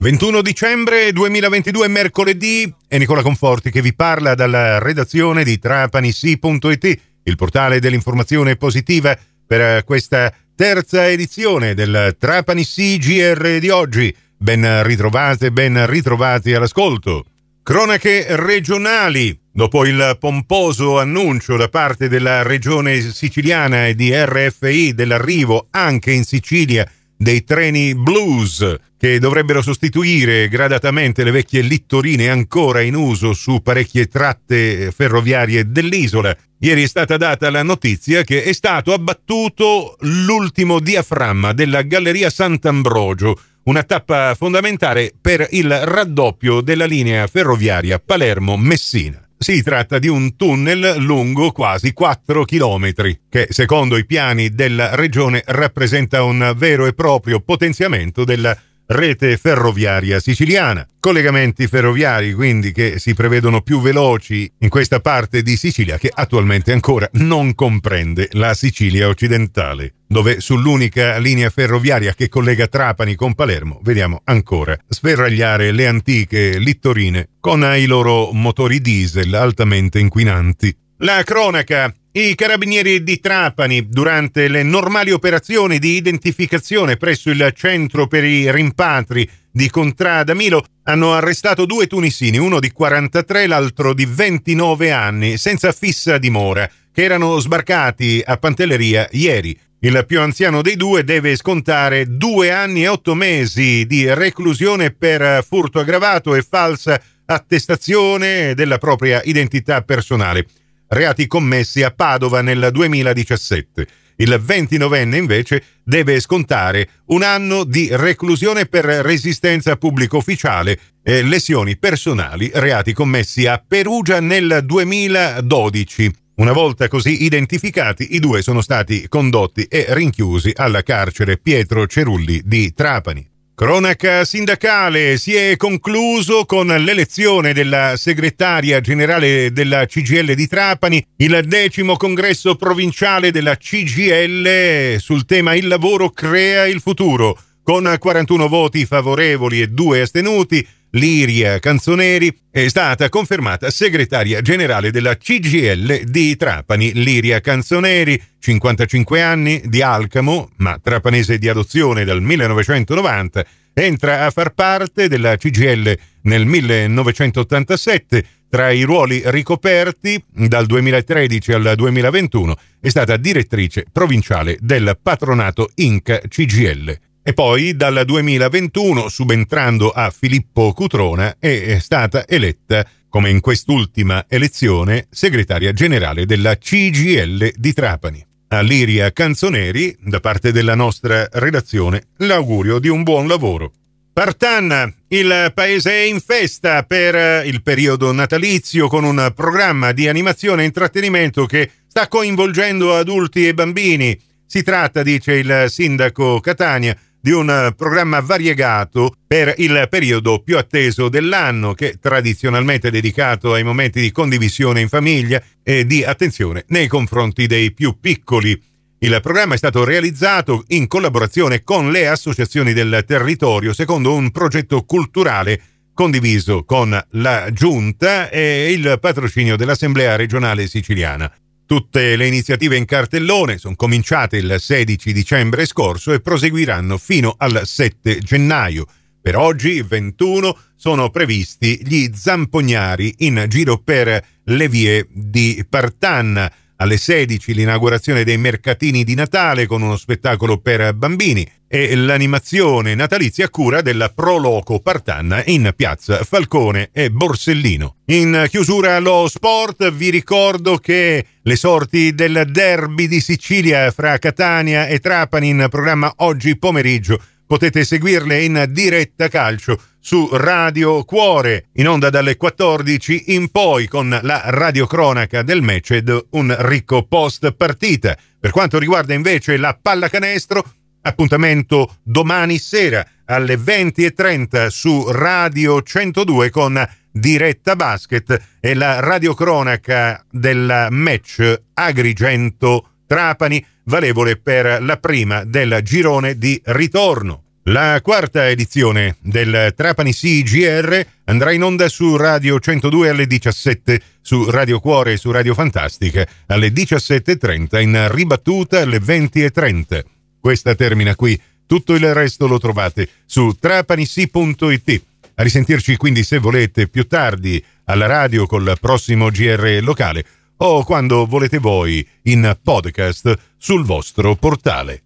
21 dicembre 2022, mercoledì, è Nicola Conforti che vi parla dalla redazione di trapanissi.it, il portale dell'informazione positiva, per questa terza edizione del Trapanissi GR di oggi. Ben ritrovate, ben ritrovati all'ascolto. Cronache regionali. Dopo il pomposo annuncio da parte della regione siciliana e di RFI dell'arrivo anche in Sicilia dei treni blues che dovrebbero sostituire gradatamente le vecchie littorine ancora in uso su parecchie tratte ferroviarie dell'isola, ieri è stata data la notizia che è stato abbattuto l'ultimo diaframma della Galleria Sant'Ambrogio, una tappa fondamentale per il raddoppio della linea ferroviaria Palermo-Messina. Si tratta di un tunnel lungo quasi 4 chilometri, che secondo i piani della regione rappresenta un vero e proprio potenziamento della rete ferroviaria siciliana. Collegamenti ferroviari quindi che si prevedono più veloci in questa parte di Sicilia che attualmente ancora non comprende la Sicilia occidentale, dove sull'unica linea ferroviaria che collega Trapani con Palermo vediamo ancora sferragliare le antiche littorine con i loro motori diesel altamente inquinanti. La cronaca. I carabinieri di Trapani, durante le normali operazioni di identificazione presso il centro per i rimpatri di Contrada Milo, hanno arrestato 2 tunisini, uno di 43 e l'altro di 29 anni, senza fissa dimora, che erano sbarcati a Pantelleria ieri. Il più anziano dei due deve scontare 2 anni e 8 mesi di reclusione per furto aggravato e falsa attestazione della propria identità personale. Reati commessi a Padova nel 2017. Il 29enne invece deve scontare 1 anno di reclusione per resistenza pubblico ufficiale e lesioni personali, reati commessi a Perugia nel 2012. Una volta così identificati, i due sono stati condotti e rinchiusi alla carcere Pietro Cerulli di Trapani. Cronaca sindacale. Si è concluso con l'elezione della segretaria generale della CGIL di Trapani il 10° congresso provinciale della CGIL sul tema Il lavoro crea il futuro. Con 41 voti favorevoli e 2 astenuti, Liria Canzoneri è stata confermata segretaria generale della CGIL di Trapani. Liria Canzoneri, 55 anni, di Alcamo, ma trapanese di adozione dal 1990, entra a far parte della CGIL nel 1987. Tra i ruoli ricoperti, dal 2013 al 2021, è stata direttrice provinciale del patronato Inca CGIL. E poi dal 2021, subentrando a Filippo Cutrona, è stata eletta, come in quest'ultima elezione, segretaria generale della CGIL di Trapani. A Liria Canzoneri, da parte della nostra redazione, l'augurio di un buon lavoro. Partanna, il paese è in festa per il periodo natalizio con un programma di animazione e intrattenimento che sta coinvolgendo adulti e bambini. Si tratta, dice il sindaco Catania, di un programma variegato per il periodo più atteso dell'anno, che tradizionalmente è dedicato ai momenti di condivisione in famiglia e di attenzione nei confronti dei più piccoli. Il programma è stato realizzato in collaborazione con le associazioni del territorio secondo un progetto culturale condiviso con la Giunta e il patrocinio dell'Assemblea regionale siciliana. Tutte le iniziative in cartellone sono cominciate il 16 dicembre scorso e proseguiranno fino al 7 gennaio. Per oggi, 21, sono previsti gli zampognari in giro per le vie di Partanna. Alle 16 l'inaugurazione dei mercatini di Natale con uno spettacolo per bambini e l'animazione natalizia a cura della Pro Loco Partanna in piazza Falcone e Borsellino. In chiusura allo sport vi ricordo che le sorti del derby di Sicilia fra Catania e Trapani in programma oggi pomeriggio potete seguirle in diretta calcio su Radio Cuore, in onda dalle 14 in poi con la radiocronaca del match ed un ricco post partita. Per quanto riguarda invece la pallacanestro, appuntamento domani sera alle 20:30 su Radio 102 con Diretta Basket e la radiocronaca del match Agrigento Trapani, valevole per la prima del girone di ritorno. La quarta edizione del Trapani CGR andrà in onda su Radio 102 alle 17, su Radio Cuore e su Radio Fantastica alle 17.30, in ribattuta alle 20.30. Questa termina qui, tutto il resto lo trovate su trapanisi.it. A risentirci quindi, se volete, più tardi alla radio col prossimo GR locale o quando volete voi in podcast sul vostro portale.